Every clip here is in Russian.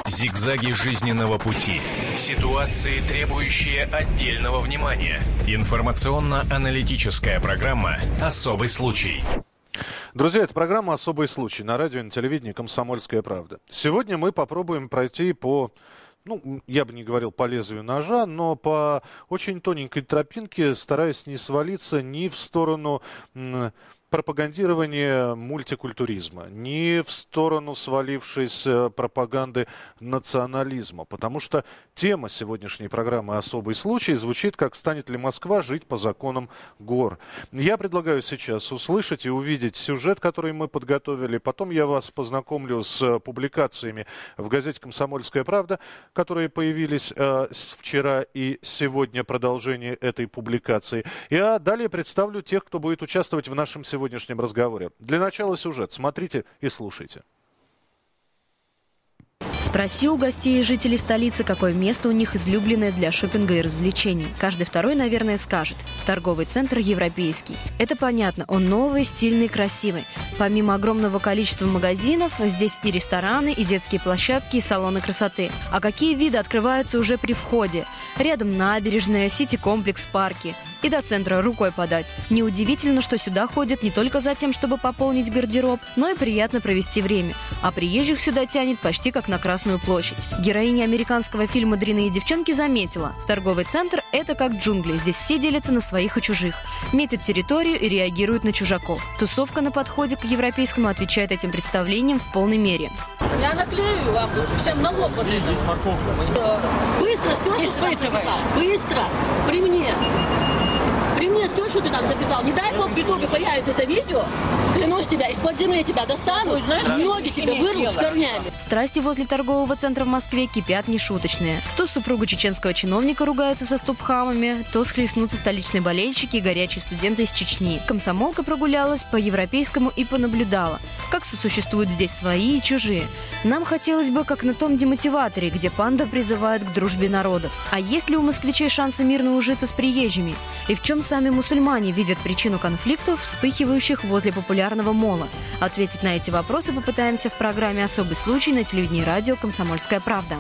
Зигзаги жизненного пути. Ситуации, требующие отдельного внимания. Информационно-аналитическая программа «Особый случай». Друзья, это программа «Особый случай» на радио и на телевидении «Комсомольская правда». Сегодня мы попробуем пройти по, я бы не говорил по лезвию ножа, но по очень тоненькой тропинке, стараясь не свалиться ни в сторону пропагандирования мультикультуризма, ни в сторону свалившейся пропаганды национализма. Потому что тема сегодняшней программы «Особый случай» звучит как «Станет ли Москва жить по законам гор?». Я предлагаю сейчас услышать и увидеть сюжет, который мы подготовили. Потом я вас познакомлю с публикациями в газете «Комсомольская правда», которые появились вчера и сегодня, продолжение этой публикации. Я далее представлю тех, кто будет участвовать в нашем сегодняшнем разговоре. Для начала сюжет. Смотрите и слушайте. Спроси у гостей и жителей столицы, какое место у них излюбленное для шопинга и развлечений. Каждый второй, наверное, скажет: торговый центр европейский. Это понятно, он новый, стильный, красивый. Помимо огромного количества магазинов, здесь и рестораны, и детские площадки, и салоны красоты. А какие виды открываются уже при входе? Рядом набережная, сити-комплекс, парки. И до центра рукой подать. Неудивительно, что сюда ходят не только за тем, чтобы пополнить гардероб, но и приятно провести время. А приезжих сюда тянет почти как на Красную площадь. Героиня американского фильма «Дрянные девчонки» заметила: торговый центр – это как джунгли, здесь все делятся на своих и чужих. Метят территорию и реагируют на чужаков. Тусовка на подходе к европейскому отвечает этим представлениям в полной мере. Я наклею вам всем на лоб вот это. Здесь парковка. Быстро, Стёш, что ты там записал? Быстро! При мне! При мне, Стёш, что ты там записал? Не дай бог, в ютубе появится это видео, клянусь тебя, из-под земли тебя достану, ноги тебе вырвут с корнями. Страсти возле торгового центра в Москве кипят нешуточные. То супруга чеченского чиновника ругаются со стопхамами, то схлестнутся столичные болельщики и горячие студенты из Чечни. Комсомолка прогулялась по европейскому и понаблюдала, как сосуществуют здесь свои и чужие. Нам хотелось бы, как на том демотиваторе, где панда призывает к дружбе народов. А есть ли у москвичей шансы мирно ужиться с приезжими? И в чем сами мусульмане видят причину конфликтов, вспыхивающих возле популярного мола? Ответить на эти вопросы попытаемся в программе «Особый случай» на телевидении и радио «Комсомольская правда».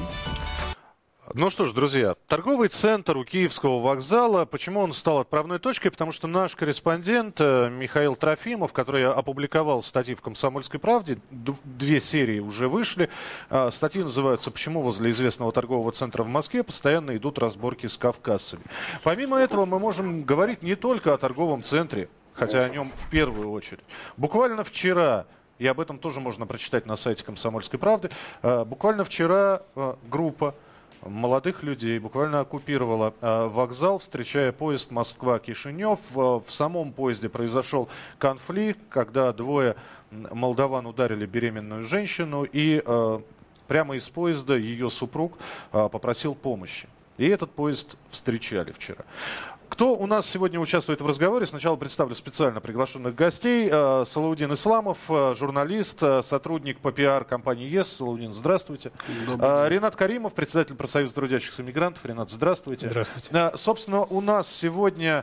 Ну что ж, друзья, торговый центр у Киевского вокзала. Почему он стал отправной точкой? Потому что наш корреспондент Михаил Трофимов, который опубликовал статьи в «Комсомольской правде», 2 серии уже вышли. Статьи называются «Почему возле известного торгового центра в Москве постоянно идут разборки с кавказцами». Помимо этого мы можем говорить не только о торговом центре, хотя о нем в первую очередь. Буквально вчера, и об этом тоже можно прочитать на сайте «Комсомольской правды», буквально вчера группа молодых людей буквально оккупировала вокзал, встречая поезд Москва-Кишинев. В самом поезде произошел конфликт, когда 2 молдаван ударили беременную женщину, и прямо из поезда ее супруг попросил помощи. И этот поезд встречали вчера. Кто у нас сегодня участвует в разговоре? Сначала представлю специально приглашенных гостей. Салаудин Исламов, журналист, сотрудник по пиар компании ЕС. Салаудин, здравствуйте. Ренат Каримов, председатель профсоюза трудящихся мигрантов. Ренат, здравствуйте. Здравствуйте. Собственно, у нас сегодня,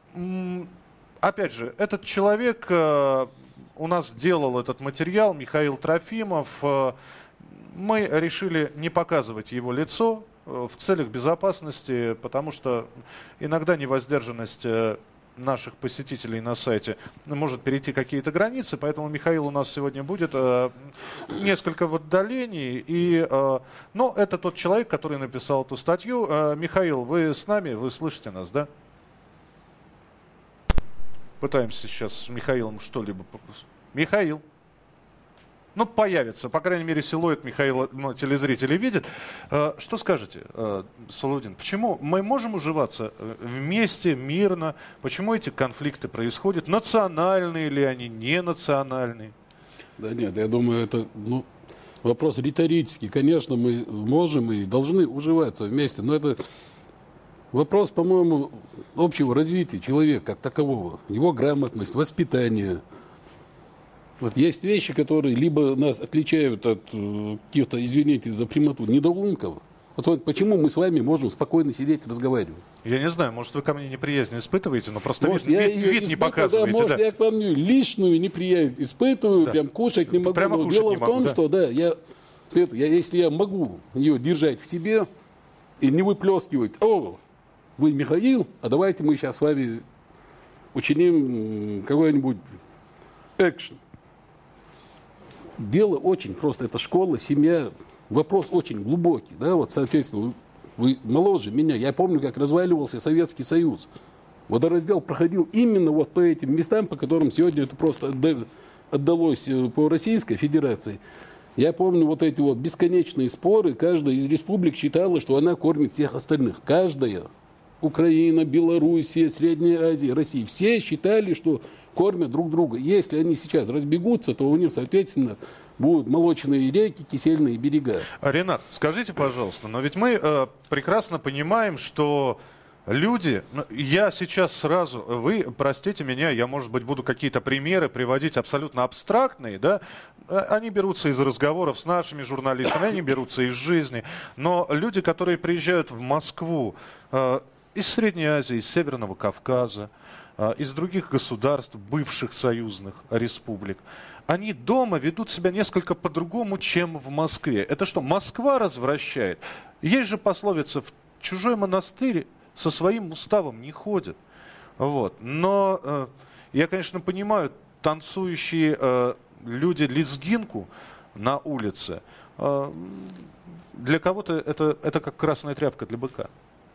опять же, этот человек у нас делал этот материал, Михаил Трофимов. Мы решили не показывать его лицо в целях безопасности, потому что иногда невоздержанность наших посетителей на сайте может перейти какие-то границы, поэтому Михаил у нас сегодня будет несколько в отдалении. Но это тот человек, который написал эту статью. Михаил, вы с нами? Вы слышите нас, да? Пытаемся сейчас с Михаилом что-либо... Михаил? Появится, по крайней мере, силуэт Михаила телезрители видят. Что скажете, Салаудин, почему мы можем уживаться вместе, мирно? Почему эти конфликты происходят? Национальные ли они, не национальные? Да нет, я думаю, это вопрос риторический. Конечно, мы можем и должны уживаться вместе, но это вопрос, по-моему, общего развития человека как такового, его грамотность, воспитание. Вот есть вещи, которые либо нас отличают от каких-то, извините за прямоту, недоумков. Вот почему мы с вами можем спокойно сидеть и разговаривать? Я не знаю, может, вы ко мне неприязнь испытываете, но просто вид не показываете. Да, может, я к вам лишнюю неприязнь испытываю, прям кушать не могу. Прямо но кушать дело не в том, могу, что я Если я могу ее держать в себе и не выплескивать, вы Михаил, а давайте мы сейчас с вами учиним какой-нибудь экшен. Дело очень просто. Это школа, семья. Вопрос очень глубокий. Да? Вот, соответственно, вы моложе меня. Я помню, как разваливался Советский Союз. Водораздел проходил именно вот по этим местам, по которым сегодня это просто отдалось по Российской Федерации. Я помню вот эти вот бесконечные споры. Каждая из республик считала, что она кормит всех остальных. Каждая. Украина, Белоруссия, Средняя Азия, Россия. Все считали, что кормят друг друга. Если они сейчас разбегутся, то у них, соответственно, будут молочные реки, кисельные берега. Ренат, скажите, пожалуйста, но ведь мы прекрасно понимаем, что люди, я сейчас сразу, вы простите меня, я, может быть, буду какие-то примеры приводить абсолютно абстрактные, да, они берутся из разговоров с нашими журналистами, они берутся из жизни, но люди, которые приезжают в Москву из Средней Азии, из Северного Кавказа, из других государств, бывших союзных республик, они дома ведут себя несколько по-другому, чем в Москве. Это что, Москва развращает? Есть же пословица: в чужой монастырь со своим уставом не ходят. Вот. Но я, конечно, понимаю, танцующие люди лезгинку на улице, для кого-то это как красная тряпка для быка.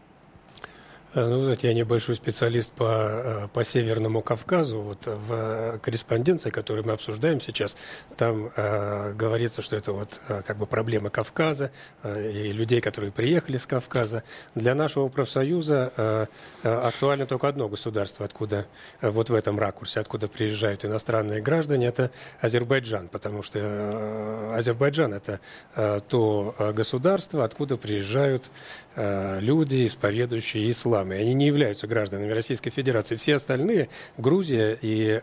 Ну, знаете, я небольшой специалист по Северному Кавказу. Вот в корреспонденции, которую мы обсуждаем сейчас, там говорится, что это вот как бы проблемы Кавказа и людей, которые приехали с Кавказа. Для нашего профсоюза актуально только одно государство, откуда вот в этом ракурсе, откуда приезжают иностранные граждане, это Азербайджан, потому что Азербайджан — это то государство, откуда приезжают люди, исповедующие ислам. И они не являются гражданами Российской Федерации. Все остальные, Грузия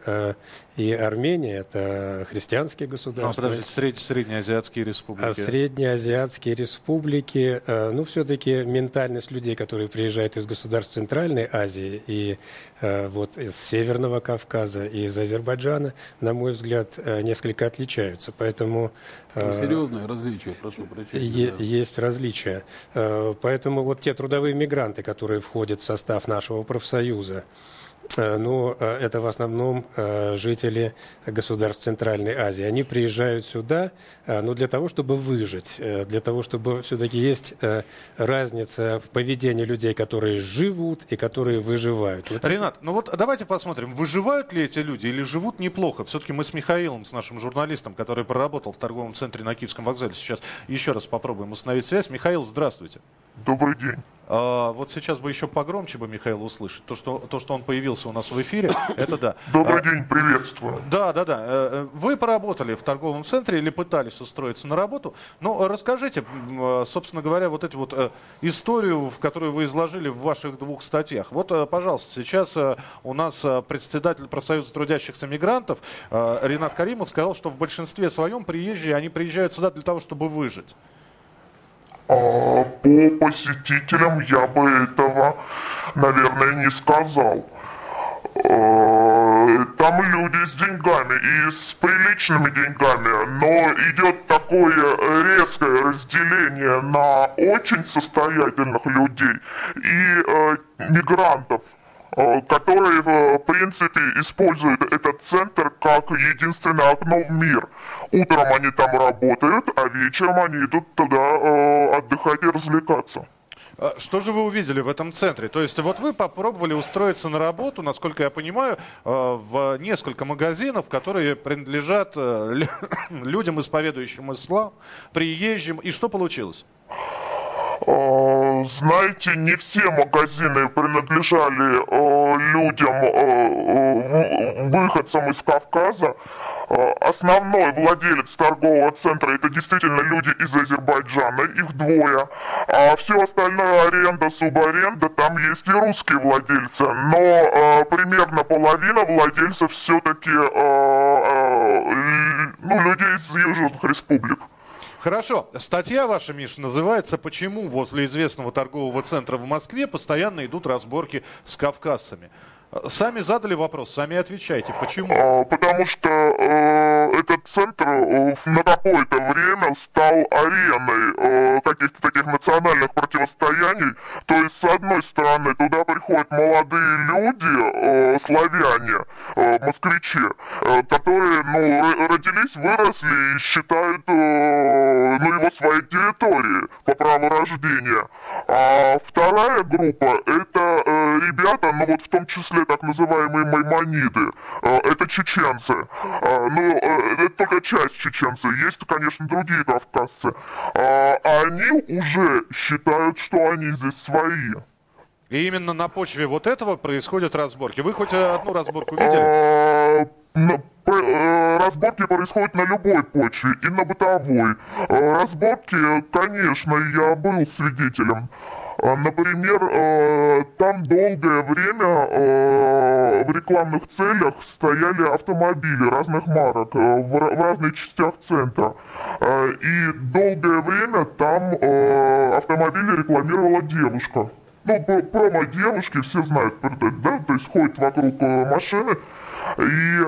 и Армения, это христианские государства. Подождите, среднеазиатские республики. Среднеазиатские республики, ну, все-таки ментальность людей, которые приезжают из государств Центральной Азии и вот из Северного Кавказа и из Азербайджана, на мой взгляд, несколько отличаются. Поэтому... Серьезное различие, прошу прощения. Есть различия. Поэтому вот те трудовые мигранты, которые входят в состав нашего профсоюза, ну, это в основном жители государств Центральной Азии. Они приезжают сюда, ну, для того, чтобы выжить, для того, чтобы все-таки есть разница в поведении людей, которые живут и которые выживают. Вот. Ренат, ну вот давайте посмотрим, выживают ли эти люди или живут неплохо. Все-таки мы с Михаилом, с нашим журналистом, который проработал в торговом центре на Киевском вокзале, сейчас еще раз попробуем установить связь. Михаил, здравствуйте. Добрый день. Вот сейчас бы еще погромче бы Михаил услышать. То, что он появился у нас в эфире, это да. Добрый день, приветствую. Да. Вы поработали в торговом центре или пытались устроиться на работу. Ну, расскажите, собственно говоря, вот эту вот историю, в которую вы изложили в ваших двух статьях. Вот, пожалуйста, сейчас у нас председатель профсоюза трудящихся мигрантов Ренат Каримов сказал, что в большинстве своем приезжие, они приезжают сюда для того, чтобы выжить. По посетителям я бы этого, наверное, не сказал. Там люди с деньгами и с приличными деньгами, но идет такое резкое разделение на очень состоятельных людей и мигрантов, которые, в принципе, используют этот центр как единственное окно в мир. Утром они там работают, а вечером они идут туда отдыхать и развлекаться. Что же вы увидели в этом центре? То есть вот вы попробовали устроиться на работу, насколько я понимаю, в несколько магазинов, которые принадлежат людям, исповедующим ислам, приезжим. И что получилось? Знаете, не все магазины принадлежали людям, выходцам из Кавказа. Основной владелец торгового центра — это действительно люди из Азербайджана, их двое. А все остальное — аренда, субаренда, там есть и русские владельцы. Но примерно половина владельцев все-таки людей из южных республик. Хорошо. Статья ваша, Миш, называется «Почему возле известного торгового центра в Москве постоянно идут разборки с кавказцами». Сами задали вопрос, сами отвечайте. Почему? Потому что этот центр на какое-то время стал ареной каких-то таких национальных противостояний. То есть, с одной стороны, туда приходят молодые люди, славяне, москвичи, которые родились, выросли и считают его своей территорией по праву рождения. А вторая группа — это ребята, в том числе так называемые маймониды, это чеченцы. Это только часть чеченцев, есть, конечно, другие кавказцы. Они уже считают, что они здесь свои. И именно на почве вот этого происходят разборки. Вы хоть одну разборку видели? Разборки происходят на любой почве, и на бытовой. Разборки, конечно, я был свидетелем. Например, там долгое время в рекламных целях стояли автомобили разных марок в разных частях центра. И долгое время там автомобили рекламировала девушка. Промо девушки, все знают, да, то есть ходят вокруг машины. И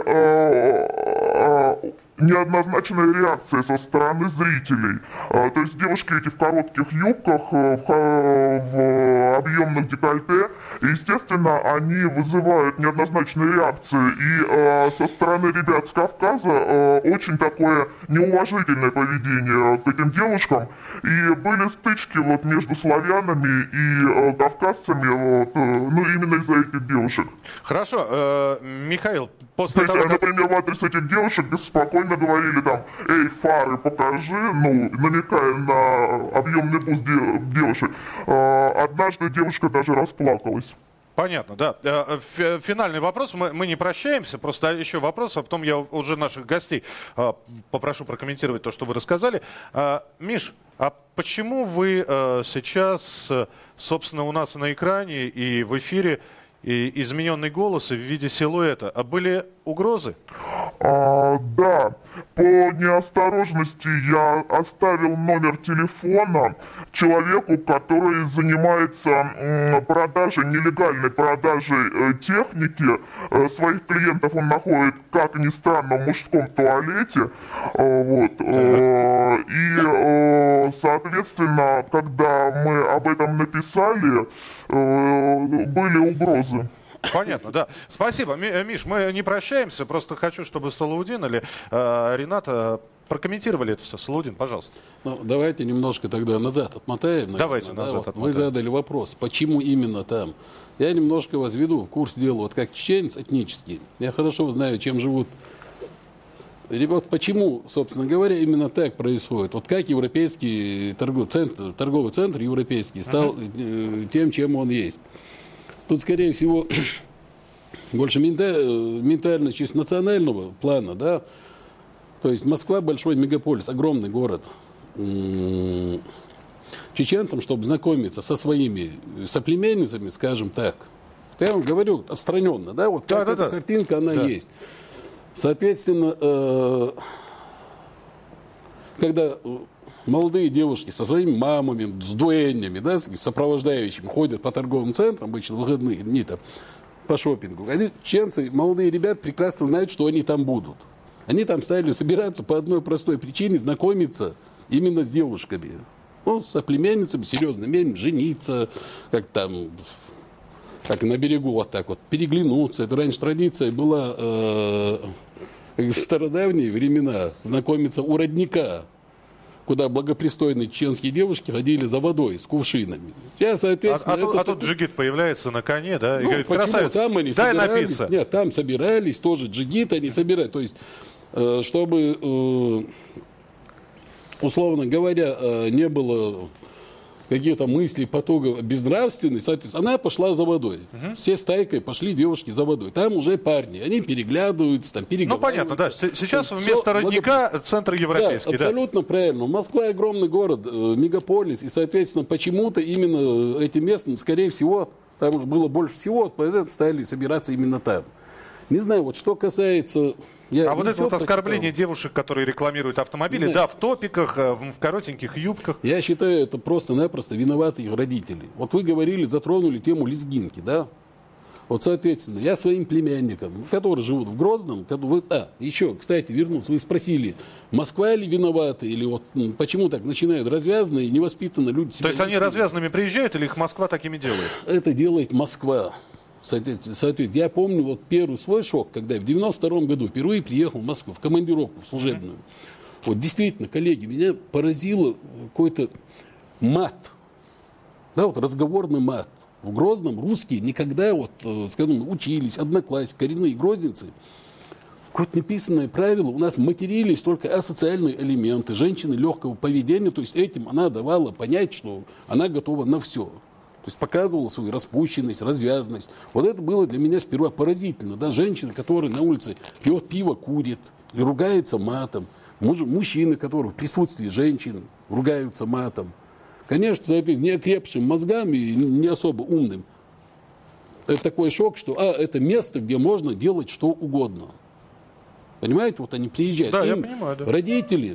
неоднозначная реакция со стороны зрителей. То есть девушки эти в коротких юбках, в объемных декольте, и, естественно, они вызывают неоднозначную реакцию. И со стороны ребят с Кавказа очень такое неуважительное поведение к этим девушкам. И были стычки между славянами и кавказцами, именно из-за этих девушек. Хорошо, Михаил, после того, например, в адрес этих девушек спокойно говорили там: «Эй, фары покажи», намекая на объемный буст девушек. Однажды девушка даже расплакалась. Понятно, да. Финальный вопрос. Мы не прощаемся. Просто еще вопрос, а потом я уже наших гостей попрошу прокомментировать то, что вы рассказали. Миш, а почему вы сейчас, собственно, у нас на экране и в эфире и измененный голос в виде силуэта? А были угрозы? Да. По неосторожности я оставил номер телефона человеку, который занимается продажей, нелегальной продажей техники. Своих клиентов он находит, как ни странно, в мужском туалете. И, соответственно, когда мы об этом написали, были угрозы. Понятно, да. Спасибо. Миш, мы не прощаемся. Просто хочу, чтобы Салаудин или Рената прокомментировали это все. Салаудин, пожалуйста. Давайте немножко тогда назад отмотаем. Наверное, давайте назад отмотаем. Вы задали вопрос, почему именно там. Я немножко вас веду в курс дела. как чеченец этнический, я хорошо знаю, чем живут ребята. Почему, собственно говоря, именно так происходит. Как европейский торговый центр европейский стал тем, чем он есть. Тут, скорее всего, больше ментальность чисто национального плана, да. То есть Москва большой мегаполис, огромный город. Чеченцам, чтобы знакомиться со своими соплеменницами, скажем так, я вам говорю отстраненно, да, эта картинка, она есть. Соответственно, когда молодые девушки со своими мамами, с дуэнями, да, с сопровождающими ходят по торговым центрам, обычно в выходные дни там, по шопингу. Чеченцы, молодые ребята прекрасно знают, что они там будут. Они там стали собираться по одной простой причине, знакомиться именно с девушками. С соплеменницами, серьезными, жениться, как на берегу переглянуться. Это раньше традиция была в стародавние времена, знакомиться у родника, куда благопристойные чеченские девушки ходили за водой с кувшинами. Тут джигит появляется на коне, да, и говорит: красавица, там они дай собирались, напиться. Нет, там собирались, тоже джигит они собирали. То есть, чтобы, условно говоря, не было какие-то мысли, потоков безнравственной, соответственно, она пошла за водой. Все стайкой пошли девушки за водой. Там уже парни, они переглядываются, там переговариваются. Понятно, да. Сейчас вместо родника центр европейский. Да, абсолютно правильно. Москва огромный город, мегаполис, и, соответственно, почему-то именно этим местом, скорее всего, там было больше всего, поэтому стали собираться именно там. Не знаю, что касается... это оскорбление девушек, которые рекламируют автомобили, в топиках, в коротеньких юбках. Я считаю, это просто-напросто виноваты их родители. Вы говорили, затронули тему лезгинки, да? Вот, соответственно, я своим племянникам, которые живут в Грозном, еще, кстати, вернуться, вы спросили, Москва ли виновата, или вот почему так начинают развязанные, невоспитанные люди себя. То есть они развязанными приезжают, или их Москва такими делает? Это делает Москва. Соответственно, я помню вот первый свой шок, когда в 92-м году впервые приехал в Москву, в командировку, в служебную. Вот действительно, коллеги, меня поразило какой-то мат, да, вот разговорный мат. В Грозном русские никогда, вот, скажем, учились, одноклассники, коренные грозненцы. Какое-то неписанное правило, у нас матерились только асоциальные элементы, женщины легкого поведения, то есть этим она давала понять, что она готова на все. То есть показывала свою распущенность, развязанность. Вот это было для меня сперва поразительно. Да? Женщина, которая на улице пьет пиво, курит, или ругается матом. Мужчины, которые в присутствии женщин ругаются матом. Конечно, неокрепшим мозгам и не особо умным. Это такой шок, что это место, где можно делать что угодно. Понимаете, вот они приезжают. Да, я понимаю, да. Родители,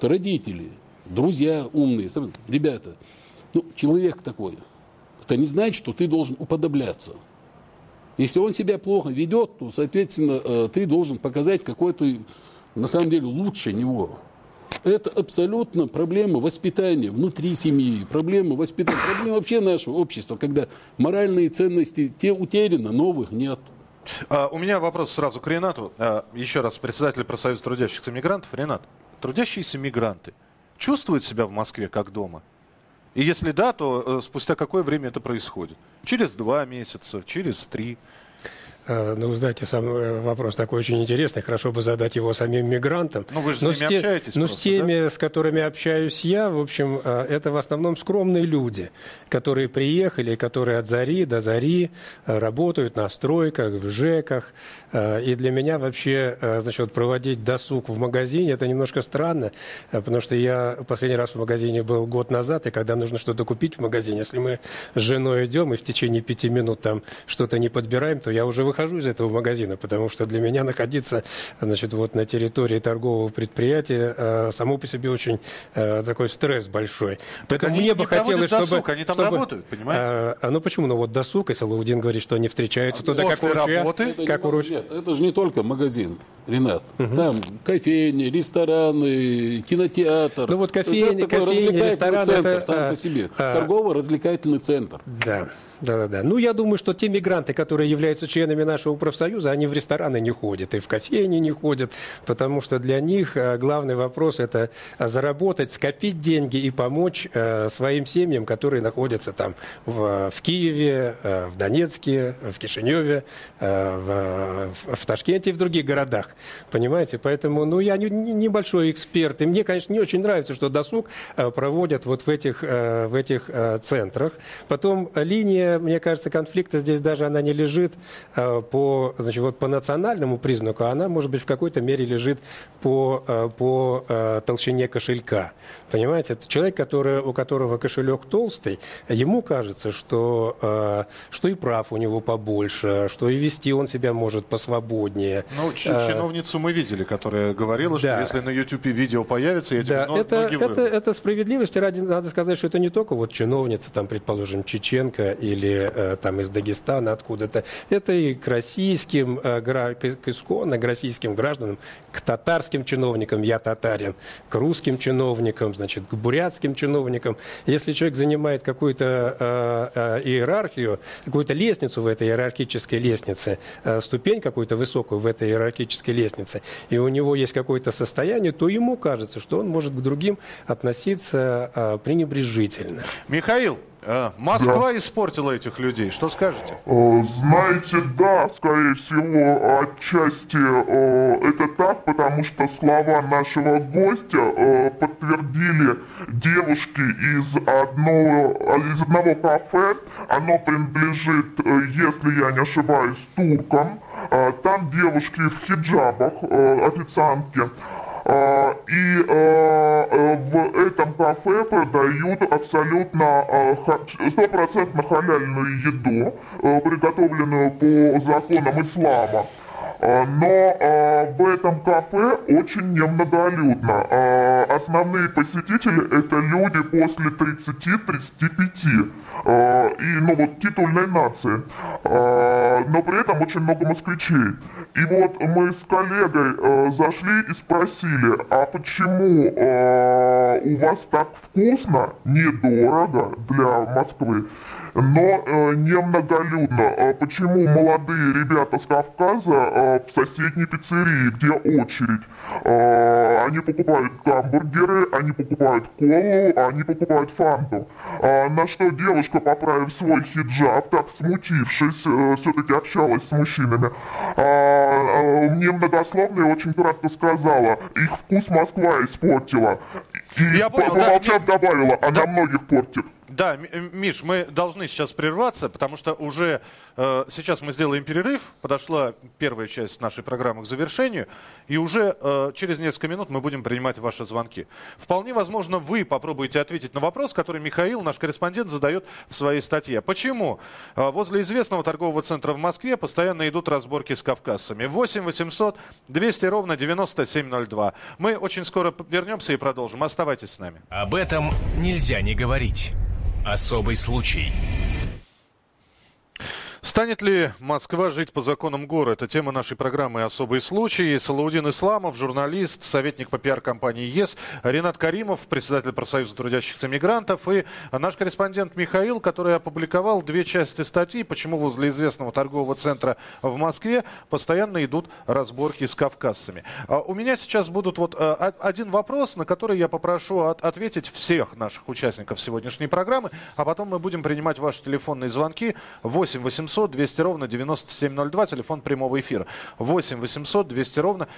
друзья умные, ребята, человек такой. Это не значит, что ты должен уподобляться. Если он себя плохо ведет, то, соответственно, ты должен показать какой-то, на самом деле, лучше него. Это абсолютно проблема воспитания внутри семьи, проблема воспитания, проблема вообще нашего общества, когда моральные ценности те утеряны, новых нет. У меня вопрос сразу к Ренату. Еще раз, председатель профсоюза трудящихся мигрантов. Ренат, трудящиеся мигранты чувствуют себя в Москве как дома? И если да, то спустя какое время это происходит? Через 2 месяца, через 3? Ну, вы знаете, сам вопрос такой очень интересный. Хорошо бы задать его самим мигрантам. Ну, вы же с ними общаетесь. Но с теми, да? С которыми общаюсь я, в общем, это в основном скромные люди, которые приехали, которые от зари до зари работают на стройках, в ЖЭКах. И для меня вообще, значит, проводить досуг в магазине, это немножко странно, потому что я последний раз в магазине был год назад, и когда нужно что-то купить в магазине, если мы с женой идем и в течение 5 минут там что-то не подбираем, то я уже выхожу из этого магазина, потому что для меня находиться, значит, вот на территории торгового предприятия само по себе очень такой стресс большой. Поэтому мне бы хотелось, чтобы... Они там работают, понимаете? Ну почему? Ну вот досуг, и Салаудин говорит, что они встречаются туда как уручья. Нет, это же не только магазин, Ренат. Там кофейни, рестораны, кинотеатр. Ну вот кофейни, рестораны, это сам по себе. Торгово-развлекательный центр. Да. Да. Ну, я думаю, что те мигранты, которые являются членами нашего профсоюза, они в рестораны не ходят и в кофейни не ходят, потому что для них главный вопрос – это заработать, скопить деньги и помочь своим семьям, которые находятся там в Киеве, в Донецке, в Кишиневе, в Ташкенте и в других городах. Понимаете? Поэтому, ну, я небольшой эксперт, и мне, конечно, не очень нравится, что досуг проводят вот в этих центрах. Потом линия, мне кажется, конфликта здесь даже она не лежит по национальному признаку, а она, может быть, в какой-то мере лежит по толщине кошелька. Понимаете? Это человек, у которого кошелек толстый, ему кажется, что и прав у него побольше, что и вести он себя может посвободнее. Ну, чиновницу мы видели, которая говорила, что если на YouTube видео появится, я тебе ноги вырву. Это справедливости ради, надо сказать, что это не только вот чиновница, там, предположим, чеченка или там из Дагестана откуда-то. Это и к российским, исконно к российским гражданам, к татарским чиновникам, я татарин, к русским чиновникам, значит, к бурятским чиновникам. Если человек занимает какую-то иерархию, какую-то лестницу в этой иерархической лестнице, ступень какую-то высокую в этой иерархической лестнице, и у него есть какое-то состояние, то ему кажется, что он может к другим относиться пренебрежительно. Михаил, Москва испортила этих людей. Что скажете? Знаете, да, скорее всего, отчасти это так, потому что слова нашего гостя подтвердили девушки из одного кафе. Оно принадлежит, если я не ошибаюсь, туркам. Там девушки в хиджабах, официантки. И в этом кафе продают абсолютно 100% халяльную еду, приготовленную по законам ислама. Но в этом кафе очень немноголюдно. Основные посетители — это люди после 30-35. И, титульной нации. Но при этом очень много москвичей. И вот мы с коллегой зашли и спросили, а почему у вас так вкусно, недорого для Москвы, но немноголюдно? Почему молодые ребята с Кавказа в соседней пиццерии, где очередь, они покупают гамбургеры, они покупают колу, они покупают фанту? На что девушка, поправив свой хиджаб, так смутившись, все-таки общалась с мужчинами, немногословно и очень кратко сказала: их вкус Москва испортила. И Я понял, помолчав, добавила: она многих портит. Да, Миш, мы должны сейчас прерваться, потому что уже сейчас мы сделаем перерыв. Подошла первая часть нашей программы к завершению, и уже через несколько минут мы будем принимать ваши звонки. Вполне возможно, вы попробуете ответить на вопрос, который Михаил, наш корреспондент, задает в своей статье. Почему возле известного торгового центра в Москве постоянно идут разборки с кавказцами? 8 800 200 ровно 9702. Мы очень скоро вернемся и продолжим. Оставайтесь с нами. Об этом нельзя не говорить. Особый случай. Станет ли Москва жить по законам города? Это тема нашей программы «Особый случай». Салаудин Исламов, журналист, советник по пиар-компании ЕС, Ренат Каримов, председатель профсоюза трудящихся мигрантов, и наш корреспондент Михаил, который опубликовал две части статьи, почему возле известного торгового центра в Москве постоянно идут разборки с кавказцами. У меня сейчас будут один вопрос, на который я попрошу ответить всех наших участников сегодняшней программы, а потом мы будем принимать ваши телефонные звонки. 8 800 200 ровно 9702, телефон прямого эфира. 8 800 200 ровно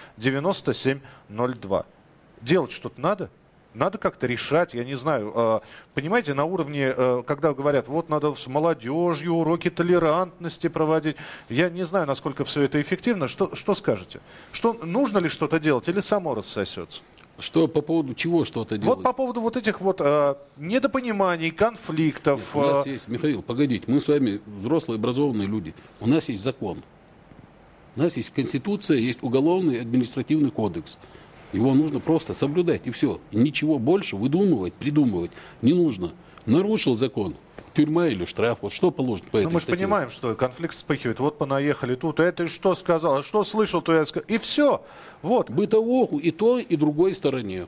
9702. Делать что-то надо? Надо как-то решать, я не знаю. Понимаете, на уровне, когда говорят, вот надо с молодежью уроки толерантности проводить. Я не знаю, насколько все это эффективно. Что скажете? Нужно ли что-то делать или само рассосется? Что по поводу чего что-то делать? Вот по поводу вот этих недопониманий, конфликтов. Нет, у нас есть, Михаил, погодите, мы с вами взрослые, образованные люди. У нас есть закон. У нас есть Конституция, есть Уголовный административный кодекс. Его нужно просто соблюдать, и все. И ничего больше выдумывать, придумывать не нужно. Нарушил закон, тюрьма или штраф. Вот что положено по этой мы же статье? понимаем, что конфликт вспыхивает. Вот понаехали тут, это что сказал, что слышал, то я сказал. И все. Вот. Бытовуху и той, и другой стороне.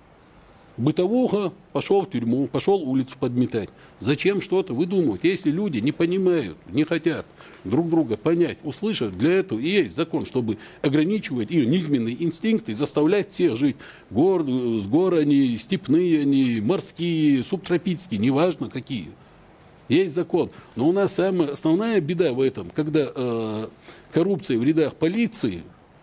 Бытовуха пошел в тюрьму, пошел улицу подметать. Зачем что-то выдумывать? Если люди не понимают, не хотят друг друга понять, услышать, для этого и есть закон, чтобы ограничивать их низменные инстинкты, заставлять всех жить. С гор они, степные они, морские, субтропические, неважно какие. Есть закон. Но у нас самая основная беда в этом, когда коррупция в рядах полиции.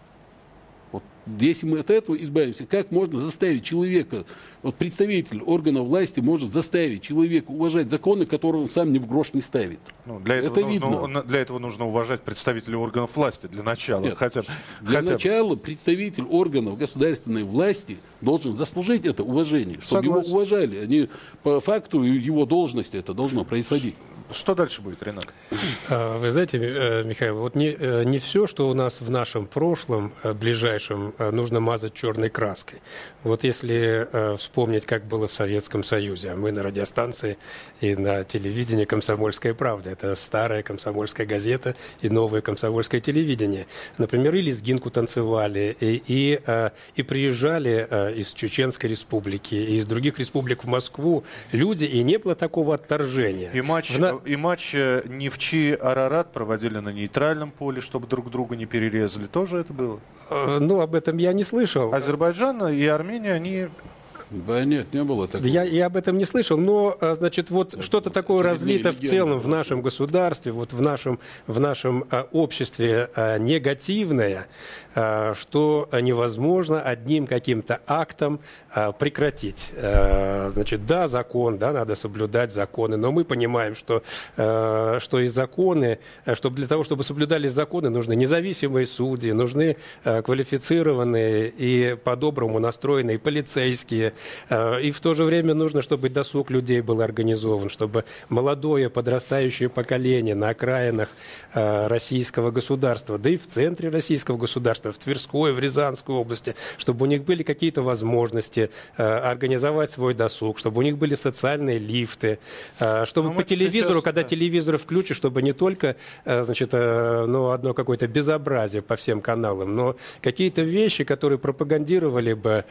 Если мы от этого избавимся, как можно заставить человека, представитель органов власти может заставить человека уважать законы, которые он сам ни в грош не ставит? Для этого нужно уважать представителей органов власти для начала. Нет, для начала представитель органов государственной власти должен заслужить это уважение, чтобы его уважали. По факту его должности это должно происходить. Что дальше будет, Ренат? Вы знаете, Михаил, вот не все, что у нас в нашем прошлом ближайшем, нужно мазать черной краской. Вот если вспомнить, как было в Советском Союзе, а мы на радиостанции и на телевидении «Комсомольская правда». Это старая комсомольская газета и новое комсомольское телевидение. Например, и лезгинку танцевали, и приезжали из Чеченской республики, и из других республик в Москву люди, и не было такого отторжения. И матч Нефчи-Арарат проводили на нейтральном поле, чтобы друг друга не перерезали. Тоже это было? Об этом я не слышал. Азербайджан и Армения, они... Да нет, не было такого. Я об этом не слышал, но, значит, вот что-то такое разлито в целом в нашем государстве, вот в нашем обществе негативное, что невозможно одним каким-то актом прекратить. Значит, да, закон, да, надо соблюдать законы, но мы понимаем, что и законы, что для того, чтобы соблюдались законы, нужны независимые судьи, нужны квалифицированные и по-доброму настроенные полицейские, И в то же время нужно, чтобы досуг людей был организован, чтобы молодое подрастающее поколение на окраинах российского государства, да и в центре российского государства, в Тверской, в Рязанской области, чтобы у них были какие-то возможности организовать свой досуг, чтобы у них были социальные лифты, чтобы по телевизору, сейчас, когда телевизор включишь, чтобы не только, значит, одно какое-то безобразие по всем каналам, но какие-то вещи, которые пропагандировали бы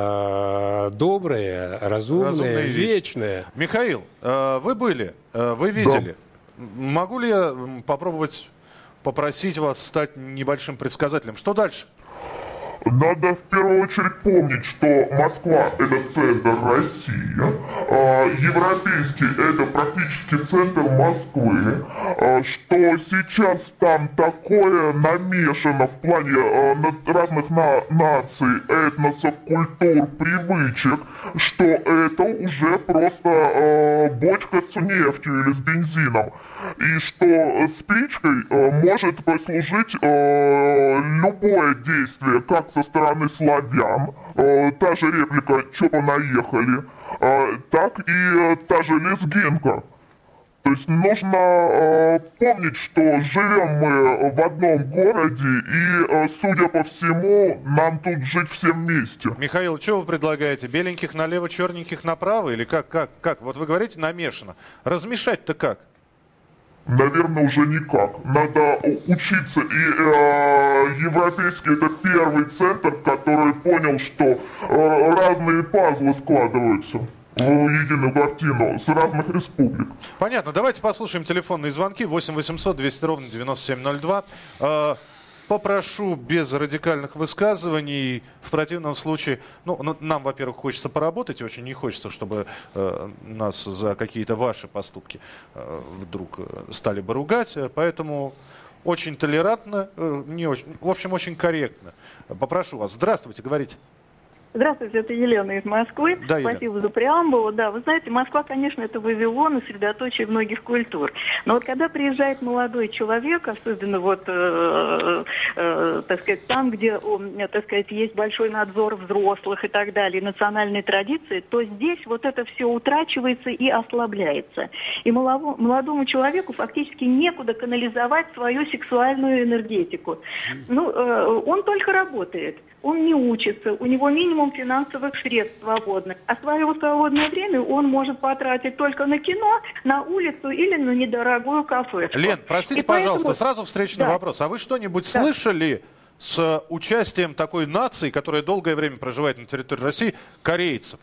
добрые, разумные, вечные. Михаил, вы были, вы видели. Да. Могу ли я попробовать попросить вас стать небольшим предсказателем? Что дальше? Надо в первую очередь помнить, что Москва – это центр России, европейский – это практически центр Москвы, что сейчас там такое намешано в плане разных наций, этносов, культур, привычек, что это уже просто бочка с нефтью или с бензином. И что спичкой может послужить любое действие, как со стороны славян, та же реплика «Чё понаехали», так и та же лезгинка. То есть нужно помнить, что живем мы в одном городе, и, судя по всему, нам тут жить всем вместе. Михаил, что вы предлагаете? Беленьких налево, черненьких направо? Или как? Вот вы говорите намешано. Размешать-то как? Наверное, уже никак. Надо учиться. И европейский — это первый центр, который понял, что разные пазлы складываются в единую картину с разных республик. Понятно. Давайте послушаем телефонные звонки. 8 800 200 ровно 9702. Попрошу без радикальных высказываний. В противном случае, нам, во-первых, хочется поработать, и очень не хочется, чтобы нас за какие-то ваши поступки вдруг стали бы ругать. Поэтому очень толерантно, не очень, в общем, очень корректно. Попрошу вас. Здравствуйте, говорите. Здравствуйте, это Елена из Москвы. Да, спасибо за преамбулу. Да, вы знаете, Москва, конечно, это Вавилон и средоточие многих культур. Но вот когда приезжает молодой человек, особенно так сказать, там, где, так сказать, есть большой надзор взрослых и так далее, национальные традиции, то здесь вот это все утрачивается и ослабляется. И молодому человеку фактически некуда канализовать свою сексуальную энергетику. Он только работает. Он не учится, у него минимум финансовых средств свободных. А свое свободное время он может потратить только на кино, на улицу или на недорогую кафешку. Лен, простите, пожалуйста, сразу встречный вопрос. А вы что-нибудь слышали с участием такой нации, которая долгое время проживает на территории России, корейцев?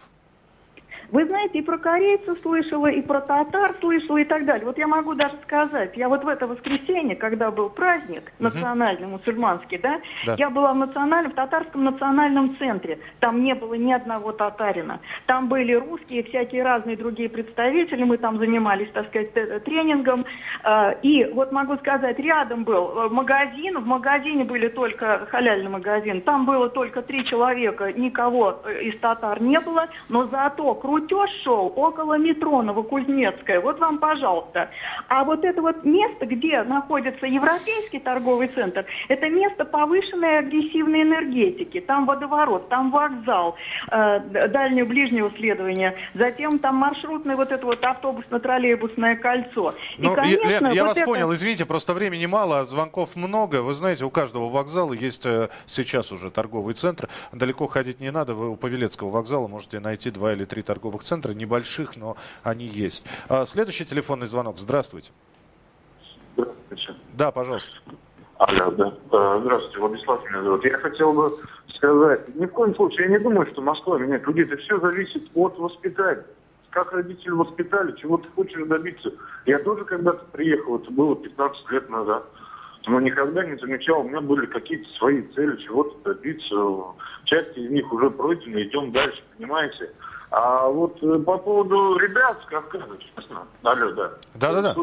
Вы знаете, и про корейцев слышала, и про татар слышала, и так далее. Вот я могу даже сказать, я вот в это воскресенье, когда был праздник национальный, мусульманский, я была в татарском национальном центре. Там не было ни одного татарина. Там были русские, всякие разные другие представители. Мы там занимались, так сказать, тренингом. И вот могу сказать, рядом был магазин. В магазине были только халяльный магазин. Там было только 3 человека, никого из татар не было. Но зато крутеж шел около метро Новокузнецкая. Вот вам, пожалуйста. А вот это вот место, где находится Европейский торговый центр, это место повышенной агрессивной энергетики. Там водоворот, там вокзал, дальнего ближнего следования. Затем там маршрутное вот это вот автобусно-троллейбусное кольцо. И, конечно, Лен, я вас понял. Извините, просто времени мало, а звонков много. Вы знаете, у каждого вокзала есть сейчас уже торговый центр. Далеко ходить не надо. Вы у Павелецкого вокзала можете найти 2 или 3 торговых центра, небольших, но они есть. Следующий телефонный звонок. Здравствуйте. Здравствуйте. Да, пожалуйста. Алло, да. Здравствуйте, Владислав меня зовут. Я хотел бы сказать, ни в коем случае, я не думаю, что Москва меняет людей. Это все зависит от воспитания. Как родители воспитали, чего ты хочешь добиться. Я тоже когда-то приехал, это было 15 лет назад. Но никогда не замечал, у меня были какие-то свои цели, чего-то добиться. Часть из них уже пройдены, идем дальше, понимаете? А вот по поводу ребят с Кавказа, честно, алло, да. Да-да-да.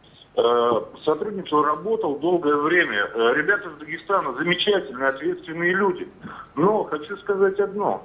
Сотрудничал, работал долгое время. Ребята из Дагестана замечательные, ответственные люди. Но хочу сказать одно.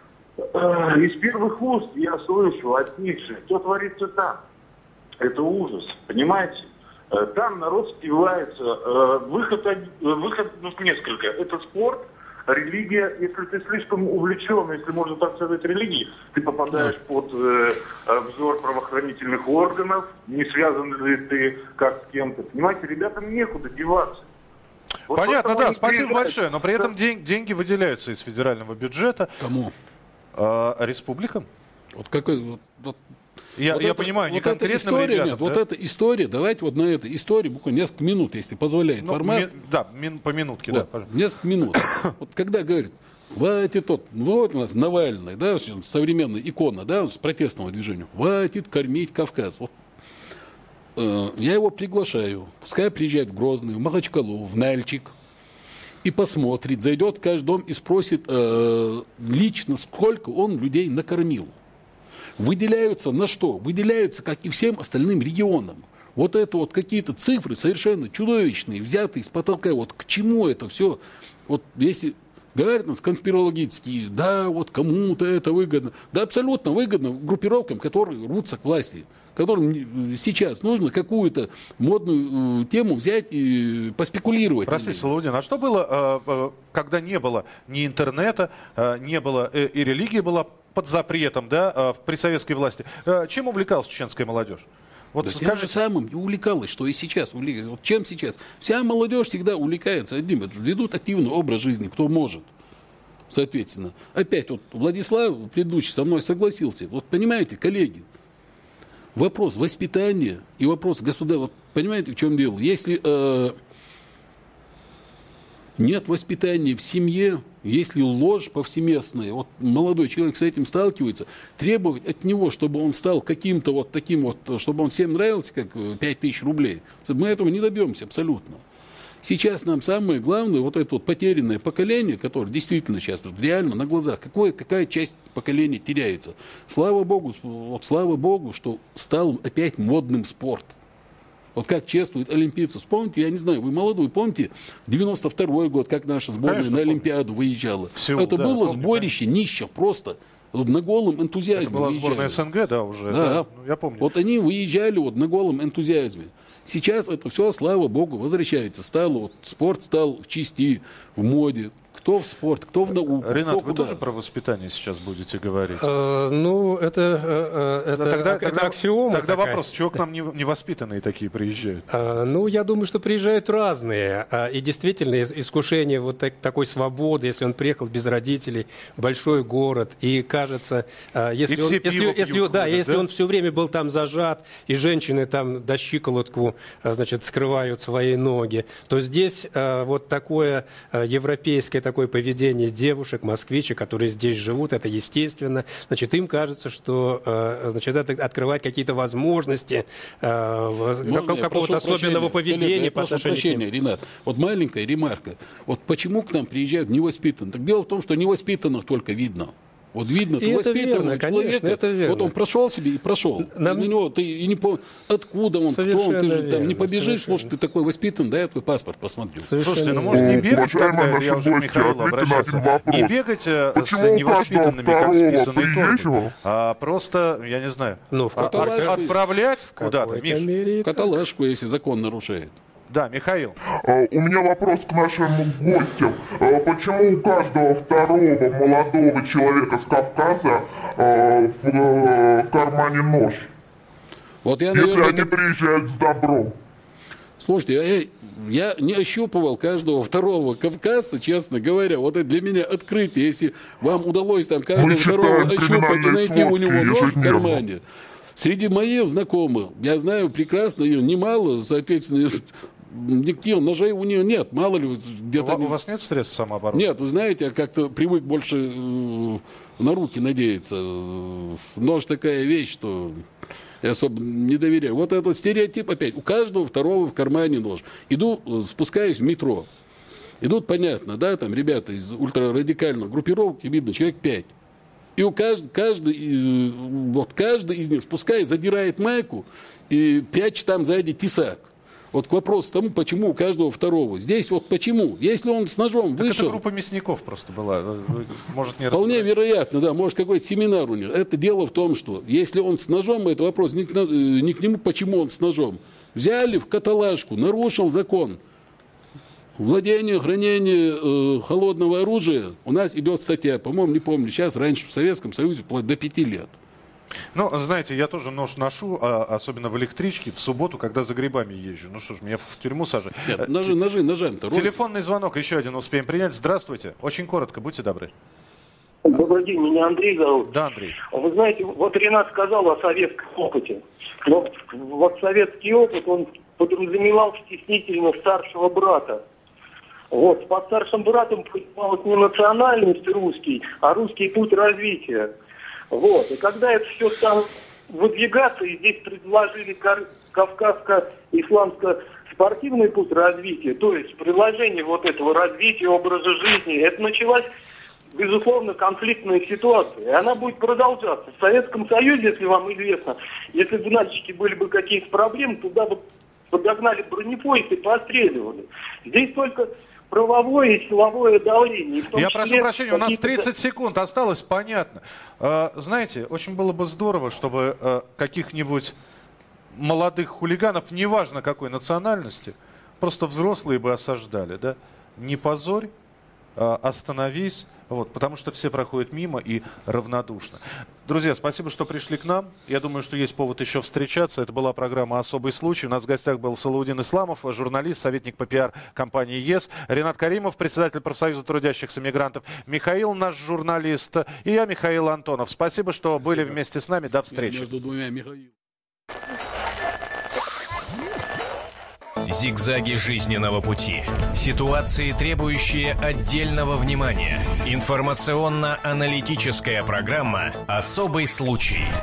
Из первых уст я слышу от них же, что творится там. Это ужас, понимаете? Там народ спивается. Выход несколько. Это спорт, Религия, если ты слишком увлечен, если можно так сказать, религией, ты попадаешь под взор правоохранительных органов, не связан ли ты как с кем-то. Понимаете, ребятам некуда деваться. Вот понятно, да, спасибо приезжают. большое, но при этом деньги выделяются из федерального бюджета. Кому? Республикам. Вот какой... Я понимаю, не конкретным история, ребятам. нет, Да? вот эта история, давайте вот на этой истории буквально несколько минут, если позволяет формат. По минутке, вот, да, пожалуйста. Несколько минут. Вот когда говорят, хватит вот у нас Навальный, да, современная икона, да, с протестного движения, хватит кормить Кавказ. Вот, я его приглашаю, пускай приезжает в Грозный, в Махачкалу, в Нальчик, и посмотрит, зайдет в каждый дом и спросит лично, сколько он людей накормил. Выделяются на что? Выделяются, как и всем остальным регионам. Вот это вот какие-то цифры совершенно чудовищные, взятые с потолка. Вот к чему это все? Вот если говорят нас конспирологические, да, вот кому-то это выгодно. Да, абсолютно выгодно группировкам, которые рвутся к власти, которым сейчас нужно какую-то модную тему взять и поспекулировать. Простите, Соловьин, а что было, когда не было ни интернета, не было и религия была под запретом, да, при советской власти? Чем увлекалась чеченская молодежь? Вот да тем же самым увлекалась, что и сейчас. Вот чем сейчас? Вся молодежь всегда увлекается одним. Ведут активный образ жизни, кто может. Соответственно. Опять вот Владислав, предыдущий, со мной согласился. Вот понимаете, коллеги, вопрос воспитания и вопрос государства. Вот понимаете, в чем дело? Если нет воспитания в семье, если ложь повсеместная, вот молодой человек с этим сталкивается, требовать от него, чтобы он стал каким-то вот таким вот, чтобы он всем нравился, как 5000 рублей, мы этого не добьемся абсолютно. Сейчас нам самое главное, вот это вот потерянное поколение, которое действительно сейчас реально на глазах, какая часть поколения теряется. Слава Богу, что стал опять модным спорт. Вот как чествуют олимпийцев. Вспомните, я не знаю, вы молодой, помните, 92-й год, как наша сборная на Олимпиаду выезжала. Это было сборище нищих просто. Вот на голом энтузиазме. Это была сборная СНГ, да, уже. Да. Я помню. Вот они выезжали вот на голом энтузиазме. Сейчас это все, слава богу, возвращается. Спорт стал в чести, в моде. Кто в спорт, кто в науку. Ренат, вы тоже про воспитание сейчас будете говорить? Это аксиома. Тогда вопрос, чего к нам невоспитанные такие приезжают? Я думаю, что приезжают разные. И действительно, искушение вот такой свободы, если он приехал без родителей в большой город, и кажется, если он все время был там зажат, и женщины там до щиколотку, скрывают свои ноги, то здесь вот такое европейское такое поведение девушек, москвичек, которые здесь живут, это естественно. Им кажется, что это открывает какие-то возможности какого-то особенного поведения по отношению к ним. Ренат, вот маленькая ремарка. Вот почему к нам приезжают невоспитанные? Так дело в том, что невоспитанных только видно. Вот видно, ты воспитанный человек, вот он прошел себе и прошел. На него ты и не помнишь, откуда он, кто он, ты же там не побежишь, слушай, ты такой воспитанный, да, я твой паспорт посмотрю. Слушайте, может не бегать, когда я уже к Михаилу обращался, не бегать с невоспитанными, как с писаной торбой, а просто, я не знаю, отправлять куда-то, Миш. В каталажку, если закон нарушает. Да, Михаил. У меня вопрос к нашим гостям. Почему у каждого второго молодого человека с Кавказа в кармане нож? Вот я, если они приезжают с добром. Слушайте, я не ощупывал каждого второго кавказца, честно говоря. Вот это для меня открытие. Если вам удалось там каждого второго ощупать и найти у него нож в кармане. Среди моих знакомых, я знаю прекрасно, немало, соответственно, никаких ножей у нее нет. Мало ли где-то... У вас нет средств самообороны? Нет, вы знаете, я как-то привык больше на руки надеяться. Нож такая вещь, что я особо не доверяю. Вот этот стереотип опять. У каждого второго в кармане нож. Иду, спускаюсь в метро. Идут, понятно, да, там ребята из ультрарадикальной группировки, видно, человек 5. И у каждый из них, спускай, задирает майку и прячет там сзади тесак. Вот к вопросу тому, почему у каждого второго. Здесь вот почему. Если он с ножом так вышел... это группа мясников просто была. Может, не вполне вероятно, да. Может, какой-то семинар у них. Это дело в том, что если он с ножом, это вопрос не к нему, почему он с ножом. Взяли в каталажку, нарушил закон. Владение, хранение холодного оружия, у нас идет статья, по-моему, не помню, сейчас, раньше в Советском Союзе вплоть до 5 лет. Ну, знаете, я тоже нож ношу, особенно в электричке, в субботу, когда за грибами езжу. Ну что ж, меня в тюрьму сажают. Нет, ножами-то. Телефонный звонок еще один успеем принять. Здравствуйте. Очень коротко, будьте добры. Добрый день, меня Андрей зовут. Да, Андрей. Вы знаете, вот Ренат сказал о советском опыте. Но вот советский опыт, он подразумевал стеснительно старшего брата. Вот, под старшим братом понималась не национальность русский, а русский путь развития. Вот, и когда это все стало выдвигаться, и здесь предложили кавказско-исламско-спортивный путь развития, то есть предложение вот этого развития образа жизни, это началась, безусловно, конфликтная ситуация, и она будет продолжаться. В Советском Союзе, если вам известно, если бы в Нальчике были бы какие-то проблемы, туда бы подогнали бронепоезд и постреливали. Здесь только правовое и силовое давление. Я прошу прощения, у нас 30 секунд осталось, понятно. Знаете, очень было бы здорово, чтобы каких-нибудь молодых хулиганов, неважно какой национальности, просто взрослые бы осаждали, да? Не позорь, остановись, вот, потому что все проходят мимо и равнодушно. Друзья, спасибо, что пришли к нам. Я думаю, что есть повод еще встречаться. Это была программа «Особый случай». У нас в гостях был Салаудин Исламов, журналист, советник по пиар компании ЕС, Ренат Каримов, председатель профсоюза трудящихся мигрантов, Михаил, наш журналист, и я, Михаил Антонов. Спасибо, что были вместе с нами. До встречи. Между двумя Михаилом. Зигзаги жизненного пути. Ситуации, требующие отдельного внимания. Информационно-аналитическая программа «Особый случай».